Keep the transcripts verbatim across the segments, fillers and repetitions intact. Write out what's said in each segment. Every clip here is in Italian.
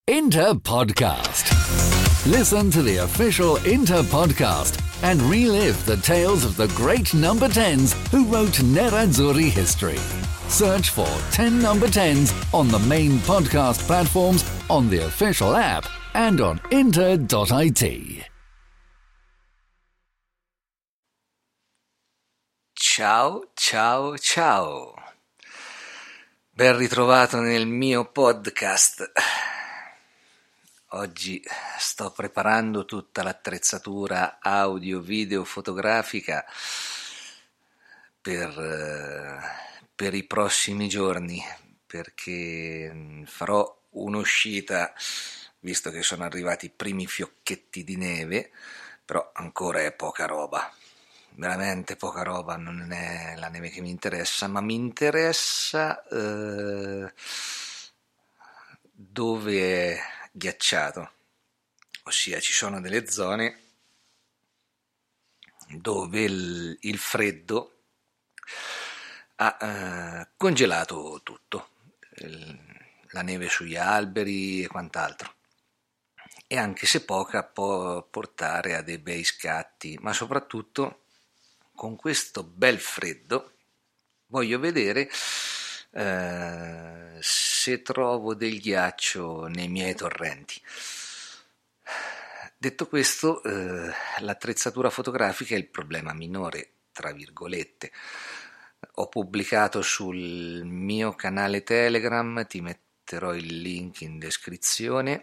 Inter Podcast. Listen to the official Inter Podcast and relive the tales of the great number tens who wrote Nerazzurri history. Search for ten Number Tens on the main podcast platforms, on the official app, and on inter dot it. Ciao, ciao, ciao. Ben ritrovato nel mio podcast. Oggi sto preparando tutta l'attrezzatura audio, video, fotografica per... per i prossimi giorni, perché farò un'uscita, visto che sono arrivati i primi fiocchetti di neve, però ancora è poca roba, veramente poca roba, non è la neve che mi interessa, ma mi interessa eh, dove è ghiacciato, ossia ci sono delle zone dove il, il freddo ha eh, congelato tutto, il, la neve sugli alberi e quant'altro, e anche se poca può portare a dei bei scatti, ma soprattutto con questo bel freddo voglio vedere eh, se trovo del ghiaccio nei miei torrenti. Detto questo, eh, l'attrezzatura fotografica è il problema minore, tra virgolette. Ho pubblicato sul mio canale Telegram, ti metterò il link in descrizione,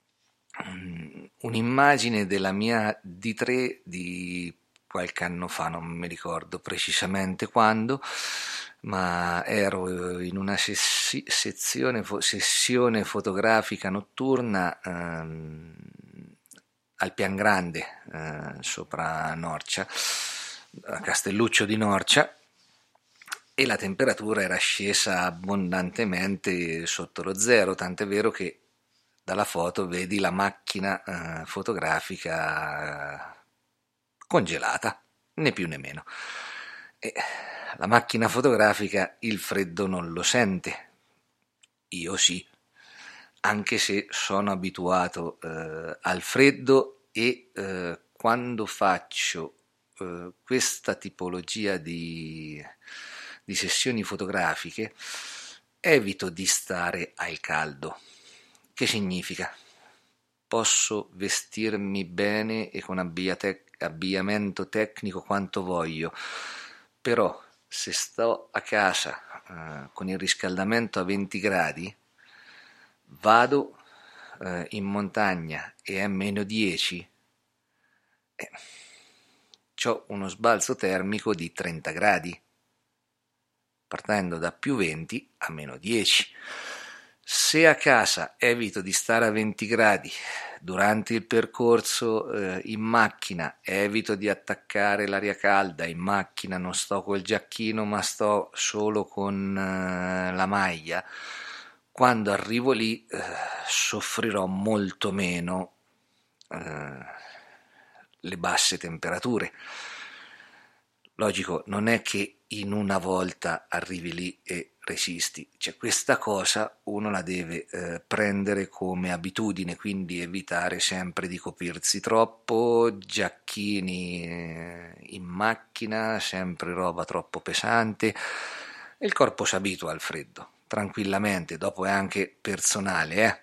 un'immagine della mia D tre di qualche anno fa, non mi ricordo precisamente quando, ma ero in una sessi- sezione, sessione fotografica notturna ehm, al Piangrande, eh, sopra Norcia, a Castelluccio di Norcia, e la temperatura era scesa abbondantemente sotto lo zero, tant'è vero che dalla foto vedi la macchina eh, fotografica congelata, né più né meno. E la macchina fotografica il freddo non lo sente, io sì, anche se sono abituato eh, al freddo e eh, quando faccio eh, questa tipologia di di sessioni fotografiche evito di stare al caldo. Che significa? Posso vestirmi bene e con abbiate- abbigliamento tecnico quanto voglio, però se sto a casa eh, con il riscaldamento a venti gradi, vado eh, in montagna e è meno dieci, eh, c'ho uno sbalzo termico di trenta gradi. Partendo da più venti a meno dieci. Se a casa evito di stare a venti gradi, durante il percorso eh, in macchina evito di attaccare l'aria calda in macchina, non sto col giacchino ma sto solo con eh, la maglia, quando arrivo lì eh, soffrirò molto meno eh, le basse temperature. Logico, non è che in una volta arrivi lì e resisti, cioè questa cosa uno la deve eh, prendere come abitudine, quindi evitare sempre di coprirsi troppo, giacchini eh, in macchina, sempre roba troppo pesante, e il corpo si abitua al freddo, tranquillamente, dopo è anche personale, eh?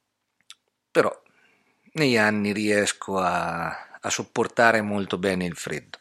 Però negli anni riesco a, a sopportare molto bene il freddo.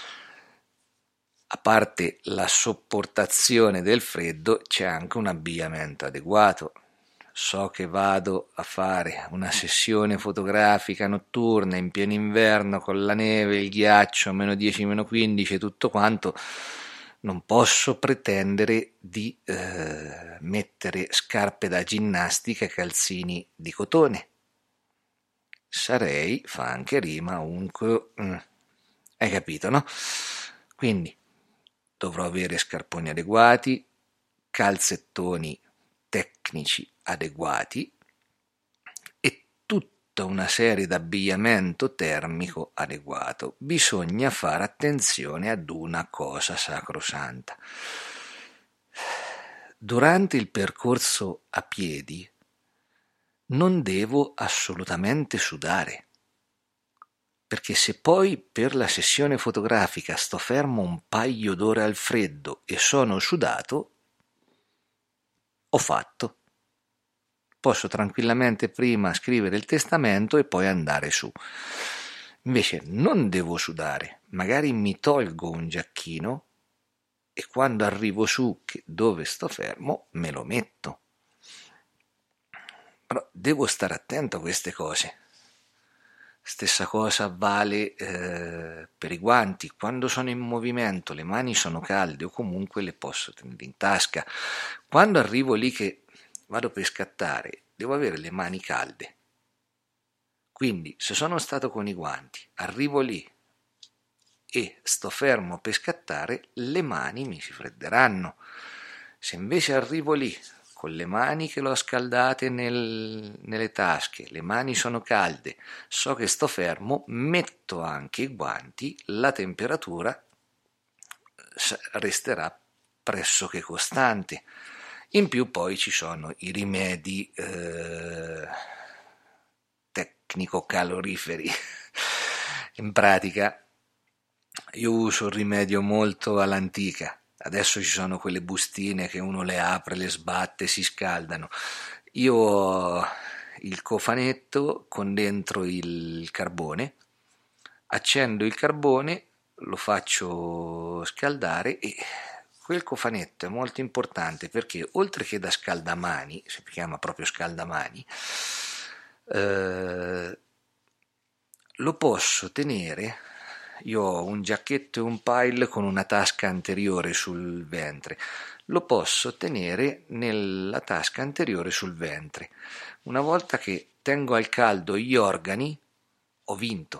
A parte la sopportazione del freddo, c'è anche un abbigliamento adeguato. So che vado a fare una sessione fotografica notturna in pieno inverno con la neve, il ghiaccio, meno dieci, meno quindici e tutto quanto, non posso pretendere di eh, mettere scarpe da ginnastica e calzini di cotone. Sarei, fa anche rima, un... Mm, hai capito, no? Quindi dovrò avere scarponi adeguati, calzettoni tecnici adeguati e tutta una serie di abbigliamento termico adeguato. Bisogna fare attenzione ad una cosa sacrosanta. Durante il percorso a piedi non devo assolutamente sudare, perché se poi per la sessione fotografica sto fermo un paio d'ore al freddo e sono sudato, ho fatto. Posso tranquillamente prima scrivere il testamento e poi andare su. Invece non devo sudare, magari mi tolgo un giacchino e quando arrivo su dove sto fermo me lo metto. Però devo stare attento a queste cose. Stessa cosa vale eh, per i guanti. Quando sono in movimento le mani sono calde o comunque le posso tenere in tasca. Quando arrivo lì che vado per scattare, devo avere le mani calde. Quindi se sono stato con i guanti, arrivo lì e sto fermo per scattare, le mani mi si fredderanno. Se invece arrivo lì con le mani che l'ho scaldate nel, nelle tasche, le mani sono calde, so che sto fermo, metto anche i guanti, la temperatura resterà pressoché costante. In più poi ci sono i rimedi eh, tecnico-caloriferi. In pratica io uso un rimedio molto all'antica. Adesso ci sono quelle bustine che uno le apre, le sbatte, si scaldano. Io ho il cofanetto con dentro il carbone, accendo il carbone, lo faccio scaldare e quel cofanetto è molto importante perché oltre che da scaldamani, si chiama proprio scaldamani, eh, lo posso tenere. Io ho un giacchetto e un pile con una tasca anteriore sul ventre, lo posso tenere nella tasca anteriore sul ventre. Una volta che tengo al caldo gli organi, ho vinto,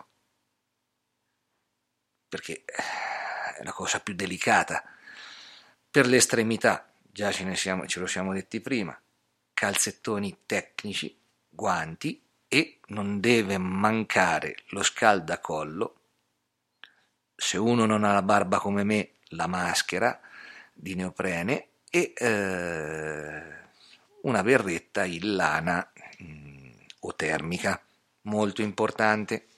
perché è la cosa più delicata. Per le estremità, già ce, ne siamo, ce lo siamo detti prima, calzettoni tecnici, guanti e non deve mancare lo scaldacollo. Se uno non ha la barba come me, la maschera di neoprene e eh, una berretta in lana mh, o termica, molto importante.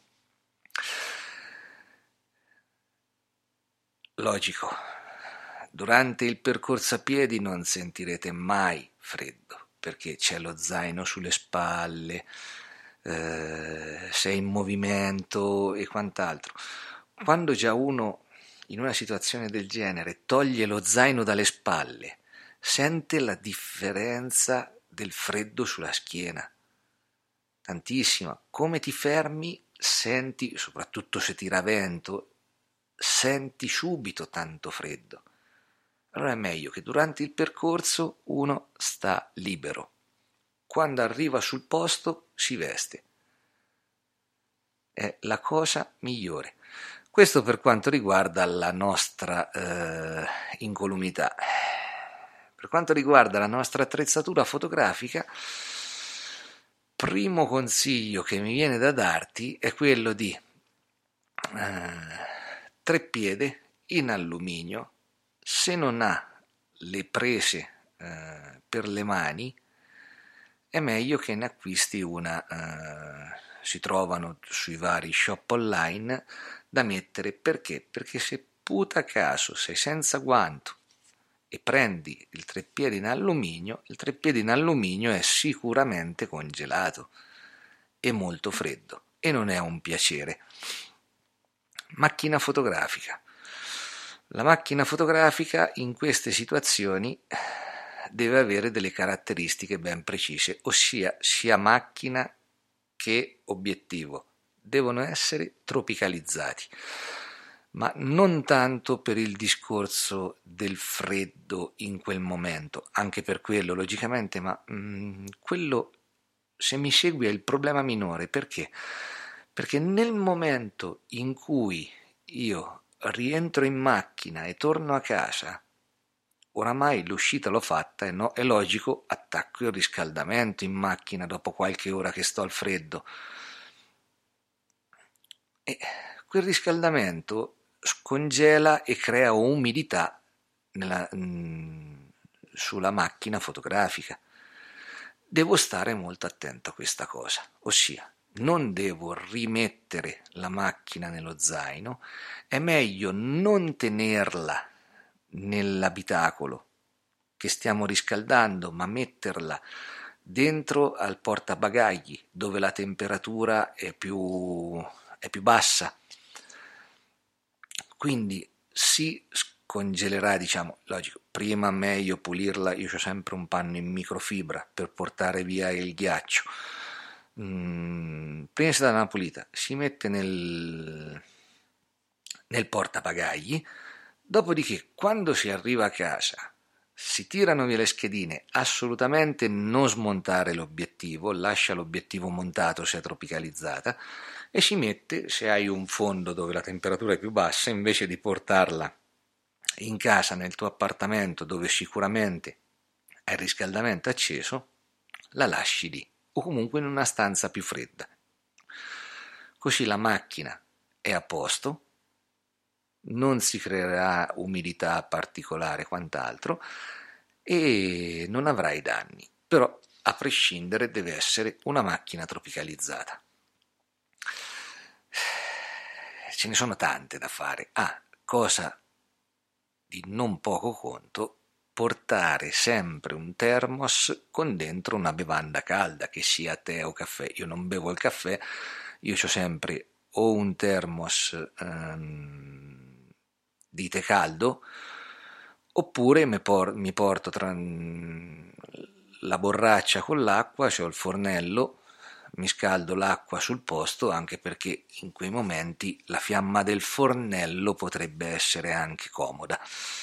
Logico, durante il percorso a piedi non sentirete mai freddo, perché c'è lo zaino sulle spalle, eh, sei in movimento e quant'altro. Quando già uno in una situazione del genere toglie lo zaino dalle spalle, sente la differenza del freddo sulla schiena, tantissima. Come ti fermi, senti, soprattutto se tira vento, senti subito tanto freddo. Allora è meglio che durante il percorso uno sta libero. Quando arriva sul posto si veste. È la cosa migliore. Questo per quanto riguarda la nostra eh, incolumità. Per quanto riguarda la nostra attrezzatura fotografica, primo consiglio che mi viene da darti è quello di eh, treppiede in alluminio. Se non ha le prese eh, per le mani, è meglio che ne acquisti una. Eh, si trovano sui vari shop online da mettere. Perché? Perché se puta caso sei senza guanto e prendi il treppiede in alluminio, il treppiede in alluminio è sicuramente congelato e molto freddo e non è un piacere. Macchina fotografica. La macchina fotografica in queste situazioni deve avere delle caratteristiche ben precise, ossia sia macchina che obiettivo devono essere tropicalizzati, ma non tanto per il discorso del freddo in quel momento, anche per quello logicamente, ma mh, quello, se mi segui, è il problema minore. Perché? Perché nel momento in cui io rientro in macchina e torno a casa, oramai l'uscita l'ho fatta e no, è logico, attacco il riscaldamento in macchina dopo qualche ora che sto al freddo. E quel riscaldamento scongela e crea umidità nella, mh, sulla macchina fotografica. devo stare molto attento a questa cosa, ossia non devo rimettere la macchina nello zaino, è meglio non tenerla nell'abitacolo che stiamo riscaldando, ma metterla dentro al portabagagli dove la temperatura è più, è più bassa, quindi si congelerà, diciamo, logico, prima meglio pulirla, io ho sempre un panno in microfibra per portare via il ghiaccio, mm, prima si dà una pulita, si mette nel, nel portabagagli, dopodiché quando si arriva a casa si tirano via le schedine, assolutamente non smontare l'obiettivo, lascia l'obiettivo montato se è tropicalizzata, e si mette, se hai un fondo dove la temperatura è più bassa, invece di portarla in casa, nel tuo appartamento dove sicuramente hai il riscaldamento acceso, la lasci lì o comunque in una stanza più fredda. Così la macchina è a posto, non si creerà umidità particolare quant'altro e non avrai danni, però a prescindere deve essere una macchina tropicalizzata. Ce ne sono tante da fare. Ah, cosa di non poco conto, portare sempre un termos con dentro una bevanda calda, che sia tè o caffè. Io non bevo il caffè, io ho sempre o un termos um, di tè caldo, oppure mi, por- mi porto tra la borraccia con l'acqua, c'ho il fornello, mi scaldo l'acqua sul posto, anche perché in quei momenti la fiamma del fornello potrebbe essere anche comoda.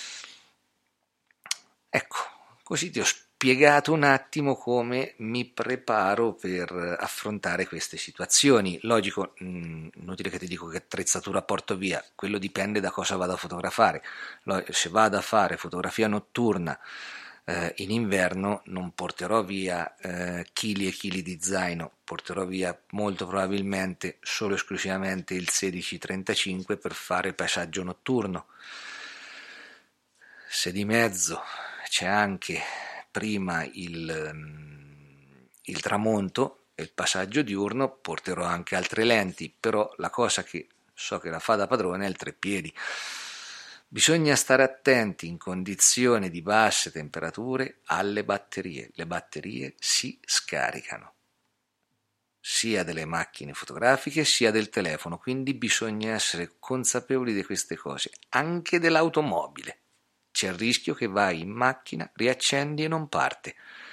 Ecco, così ti ho spiegato un attimo come mi preparo per affrontare queste situazioni. Logico, mh, inutile che ti dico che attrezzatura porto via, quello dipende da cosa vado a fotografare. Se vado a fare fotografia notturna eh, in inverno non porterò via eh, chili e chili di zaino, porterò via molto probabilmente solo e esclusivamente il sedici trentacinque per fare paesaggio notturno. Se di mezzo c'è anche prima il, il tramonto e il passaggio diurno, porterò anche altre lenti, però la cosa che so che la fa da padrone è il treppiedi. Bisogna stare attenti in condizioni di basse temperature alle batterie. Le batterie si scaricano, sia delle macchine fotografiche sia del telefono, quindi bisogna essere consapevoli di queste cose, anche dell'automobile. C'è il rischio che vai in macchina, riaccendi e non parte.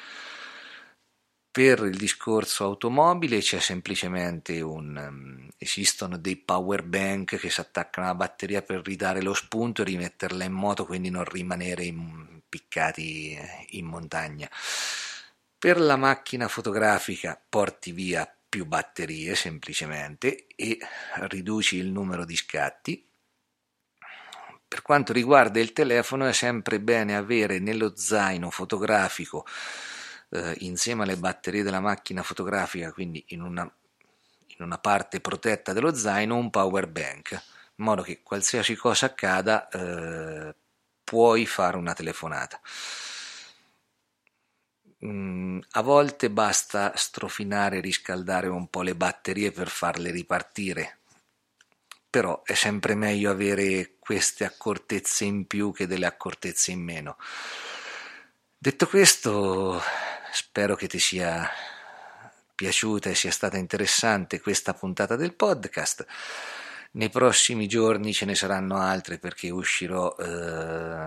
Per il discorso automobile c'è semplicemente un um, esistono dei power bank che si attaccano alla batteria per ridare lo spunto e rimetterla in moto, quindi non rimanere impiccati in montagna. Per la macchina fotografica porti via più batterie semplicemente e riduci il numero di scatti. Per quanto riguarda il telefono è sempre bene avere nello zaino fotografico eh, insieme alle batterie della macchina fotografica, quindi in una, in una parte protetta dello zaino, un power bank, in modo che qualsiasi cosa accada eh, puoi fare una telefonata. Mm, a volte basta strofinare e riscaldare un po' le batterie per farle ripartire, però è sempre meglio avere queste accortezze in più che delle accortezze in meno. Detto questo, spero che ti sia piaciuta e sia stata interessante questa puntata del podcast. Nei prossimi giorni ce ne saranno altre, perché uscirò eh,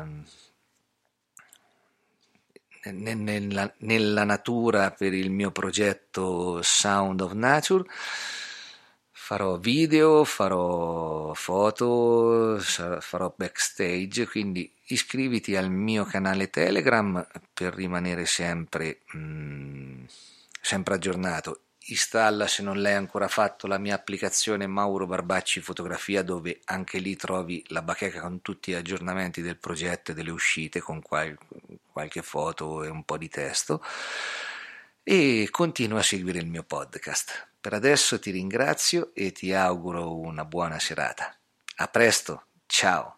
nella, nella natura per il mio progetto Sound of Nature. Farò video, farò foto, farò backstage, quindi iscriviti al mio canale Telegram per rimanere sempre, mh, sempre aggiornato. Installa, se non l'hai ancora fatto, la mia applicazione Mauro Barbacci Fotografia, dove anche lì trovi la bacheca con tutti gli aggiornamenti del progetto e delle uscite, con qual- qualche foto e un po' di testo. E continua a seguire il mio podcast. Per adesso ti ringrazio e ti auguro una buona serata. A presto, ciao!